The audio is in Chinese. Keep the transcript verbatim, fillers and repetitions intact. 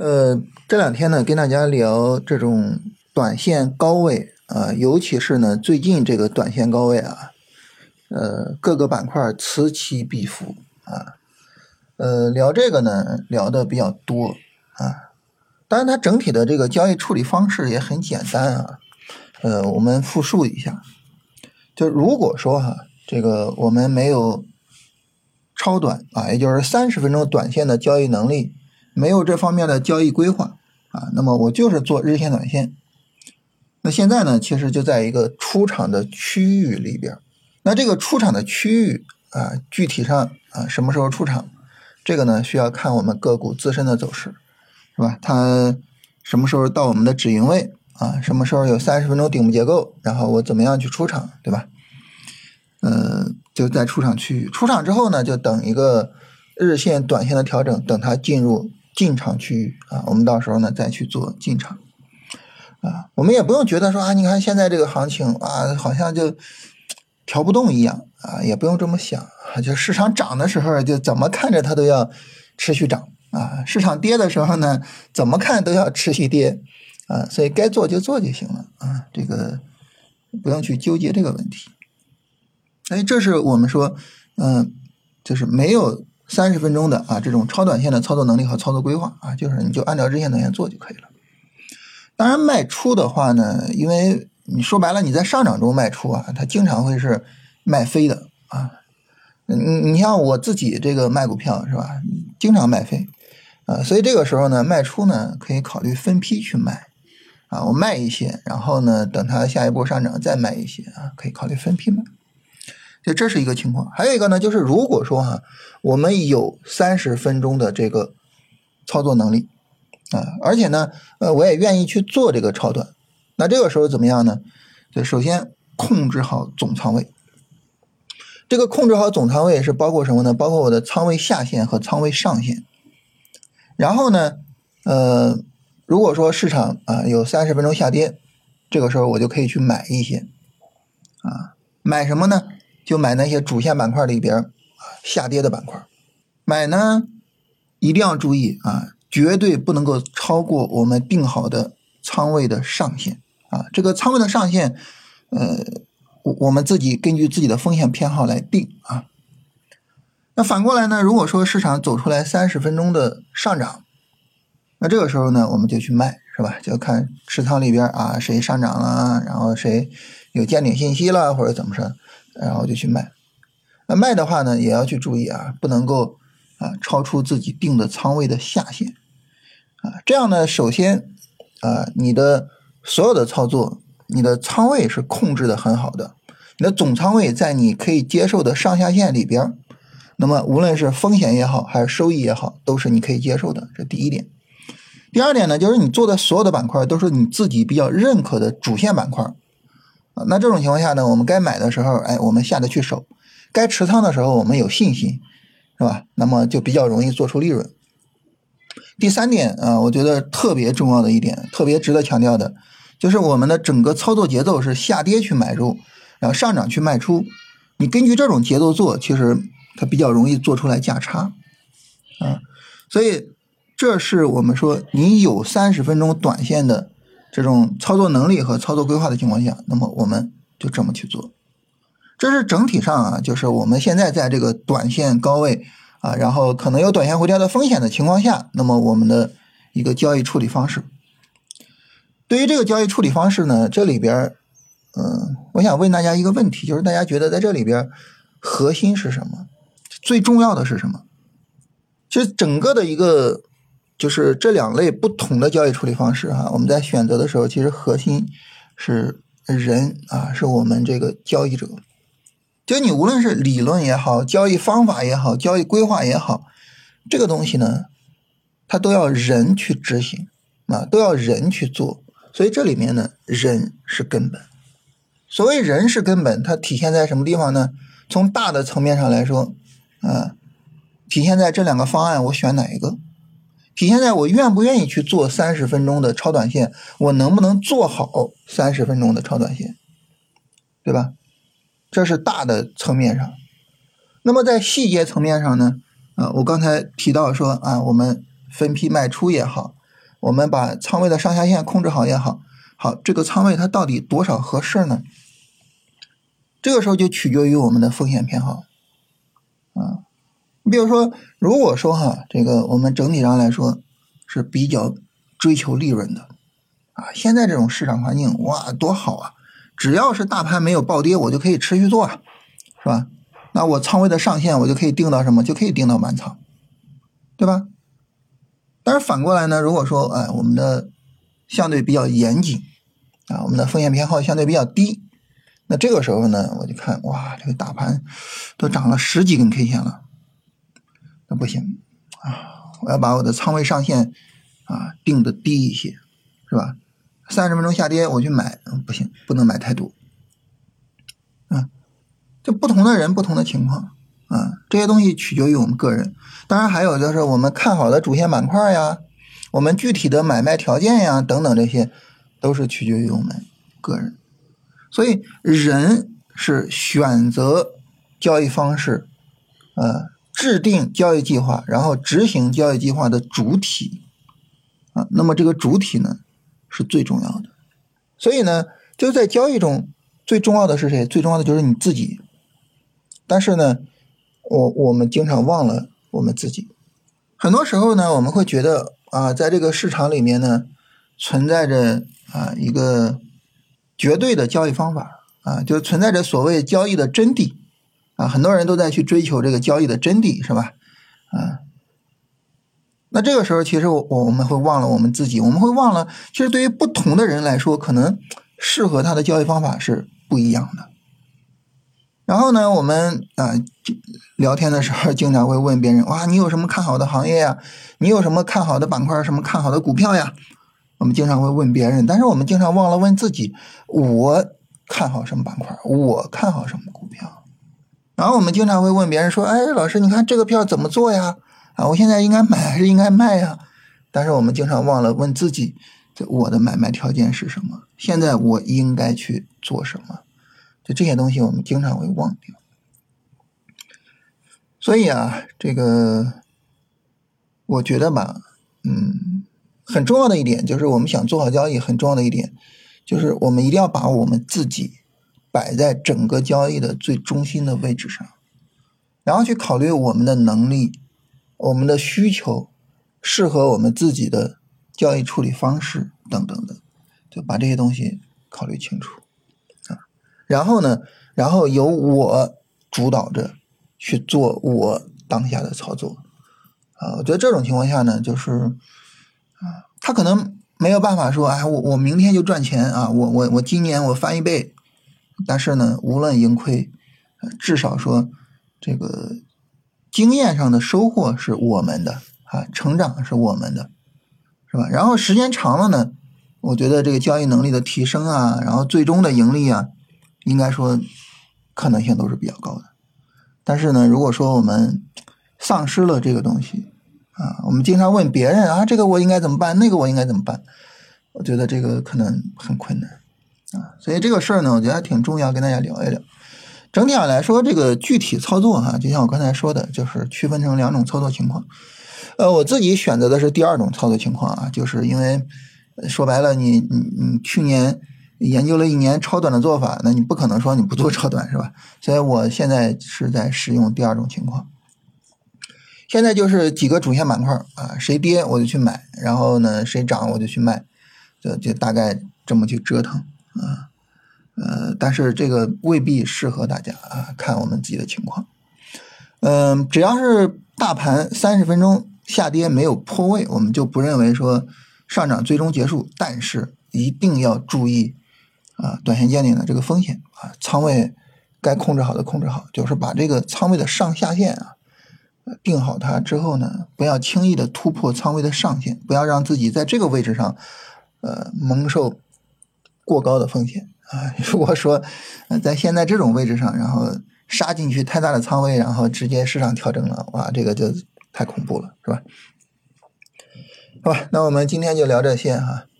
呃，这两天呢，跟大家聊这种短线高位啊、呃，尤其是呢，最近这个短线高位啊，呃，各个板块此起彼伏啊，呃，聊这个呢，聊的比较多啊。当然，它整体的这个交易处理方式也很简单啊。呃，我们复述一下，就如果说哈，这个我们没有超短啊，也就是三十分钟短线的交易能力。没有这方面的交易规划啊，那么我就是做日线短线。那现在呢，其实就在一个出场的区域里边。那这个出场的区域啊，具体上啊什么时候出场，这个呢需要看我们个股自身的走势，是吧？它什么时候到我们的止盈位啊？什么时候有三十分钟顶部结构，然后我怎么样去出场，对吧？呃，就在出场区域，出场之后呢，就等一个日线、短线的调整，等它进入进场区域啊，我们到时候呢再去做进场啊。我们也不用觉得说啊，你看现在这个行情啊，好像就调不动一样啊，也不用这么想啊。就市场涨的时候，就怎么看着它都要持续涨啊；市场跌的时候呢，怎么看都要持续跌啊。所以该做就做就行了啊，这个不用去纠结这个问题。哎，这是我们说，嗯、呃，就是没有三十分钟的啊这种超短线的操作能力和操作规划啊，就是你就按照日线短线做就可以了。当然卖出的话呢，因为你说白了你在上涨中卖出啊，它经常会是卖飞的啊。你你像我自己这个卖股票是吧，经常卖飞啊，所以这个时候呢卖出呢可以考虑分批去卖啊，我卖一些，然后呢等它下一波上涨再卖一些啊，可以考虑分批卖。就这是一个情况。还有一个呢，就是如果说哈，我们有三十分钟的这个操作能力啊，而且呢，呃，我也愿意去做这个超短，那这个时候怎么样呢？就首先控制好总仓位。这个控制好总仓位是包括什么呢？包括我的仓位下限和仓位上限。然后呢，呃，如果说市场啊有三十分钟下跌，这个时候我就可以去买一些啊，买什么呢？就买那些主线板块里边啊下跌的板块，买呢一定要注意啊，绝对不能够超过我们定好的仓位的上限啊。这个仓位的上限，呃，我们自己根据自己的风险偏好来定啊。那反过来呢，如果说市场走出来三十分钟的上涨，那这个时候呢，我们就去卖，是吧？就看持仓里边啊谁上涨了，然后谁有见顶信息了，或者怎么说。然后就去卖，那卖的话呢，也要去注意啊，不能够啊超出自己定的仓位的下限啊。这样呢，首先啊，你的所有的操作，你的仓位是控制的很好的，你的总仓位在你可以接受的上下限里边，那么无论是风险也好，还是收益也好，都是你可以接受的，这第一点。第二点呢，就是你做的所有的板块都是你自己比较认可的主线板块。那这种情况下呢，我们该买的时候，哎，我们下得去手；该持仓的时候，我们有信心，是吧？那么就比较容易做出利润。第三点啊、呃，我觉得特别重要的一点，特别值得强调的，就是我们的整个操作节奏是下跌去买入，然后上涨去卖出。你根据这种节奏做，其实它比较容易做出来价差啊。所以这是我们说你有三十分钟短线的这种操作能力和操作规划的情况下，那么我们就这么去做。这是整体上啊，就是我们现在在这个短线高位啊，然后可能有短线回调的风险的情况下，那么我们的一个交易处理方式。对于这个交易处理方式呢，这里边嗯，我想问大家一个问题，就是大家觉得在这里边核心是什么？最重要的是什么？其实整个的一个就是这两类不同的交易处理方式啊，我们在选择的时候，其实核心是人啊，是我们这个交易者。就你无论是理论也好，交易方法也好，交易规划也好，这个东西呢，它都要人去执行啊，都要人去做。所以这里面呢，人是根本。所谓人是根本，它体现在什么地方呢？从大的层面上来说啊，体现在这两个方案我选哪一个，体现在我愿不愿意去做三十分钟的超短线，我能不能做好三十分钟的超短线，对吧？这是大的层面上。那么在细节层面上呢，啊，我刚才提到说啊，我们分批卖出也好， 我们把仓位的上下限控制好也好，好，这个仓位它到底多少合适呢？这个时候就取决于我们的风险偏好啊。你比如说，如果说哈，这个我们整体上来说是比较追求利润的啊，现在这种市场环境哇多好啊，只要是大盘没有暴跌，我就可以持续做啊，是吧？那我仓位的上限我就可以定到什么？就可以定到满仓，对吧？但是反过来呢，如果说哎我们的相对比较严谨啊，我们的风险偏好相对比较低，那这个时候呢，我就看哇，这个大盘都涨了十几根 K 线了，那不行啊，我要把我的仓位上限啊定的低一些，是吧？三十分钟下跌我去买，嗯，不行，不能买太多。啊，就不同的人不同的情况啊，这些东西取决于我们个人。当然还有就是我们看好的主线板块呀，我们具体的买卖条件呀等等，这些都是取决于我们个人。所以人是选择交易方式，呃，制定交易计划，然后执行交易计划的主体啊。那么这个主体呢是最重要的。所以呢，就在交易中最重要的是谁？最重要的就是你自己。但是呢，我我们经常忘了我们自己。很多时候呢，我们会觉得啊，在这个市场里面呢，存在着啊一个绝对的交易方法啊，就存在着所谓交易的真谛啊，很多人都在去追求这个交易的真谛，是吧？啊，那这个时候其实我我们会忘了我们自己，我们会忘了，其实对于不同的人来说，可能适合他的交易方法是不一样的。然后呢，我们啊聊天的时候经常会问别人，哇，你有什么看好的行业呀？你有什么看好的板块，什么看好的股票呀？我们经常会问别人，但是我们经常忘了问自己，我看好什么板块，我看好什么股票。然后我们经常会问别人说，哎，老师，你看这个票怎么做呀？啊，我现在应该买还是应该卖呀？但是我们经常忘了问自己，我的买卖条件是什么？现在我应该去做什么？就这些东西我们经常会忘掉。所以啊，这个我觉得吧，嗯，很重要的一点就是我们想做好交易，很重要的一点就是我们一定要把我们自己摆在整个交易的最中心的位置上，然后去考虑我们的能力、我们的需求、适合我们自己的交易处理方式等等的，就把这些东西考虑清楚啊。然后呢，然后由我主导着去做我当下的操作啊。我觉得这种情况下呢，就是啊，他可能没有办法说，哎，我我明天就赚钱啊，我我我今年我翻一倍，但是呢，无论盈亏，至少说这个经验上的收获是我们的啊，成长是我们的，是吧？然后时间长了呢，我觉得这个交易能力的提升啊，然后最终的盈利啊，应该说可能性都是比较高的。但是呢，如果说我们丧失了这个东西啊，我们经常问别人啊，这个我应该怎么办，那个我应该怎么办，我觉得这个可能很困难啊。所以这个事儿呢，我觉得还挺重要，跟大家聊一聊。整体上来说，这个具体操作哈、啊，就像我刚才说的，就是区分成两种操作情况。呃，我自己选择的是第二种操作情况啊，就是因为说白了你，你你去年研究了一年超短的做法，那你不可能说你不做超短，是吧？所以我现在是在使用第二种情况。现在就是几个主线板块啊，谁跌我就去买，然后呢谁涨我就去卖，就就大概这么去折腾啊。呃，但是这个未必适合大家啊，看我们自己的情况。嗯、呃，只要是大盘三十分钟下跌没有破位，我们就不认为说上涨最终结束，但是一定要注意啊，短线见顶的这个风险啊，仓位该控制好的控制好，就是把这个仓位的上下限啊定好它之后呢，不要轻易的突破仓位的上限，不要让自己在这个位置上呃蒙受过高的风险啊。如果说呃在现在这种位置上，然后杀进去太大的仓位，然后直接市场调整了，哇，这个就太恐怖了，是吧？好吧，那我们今天就聊这些哈。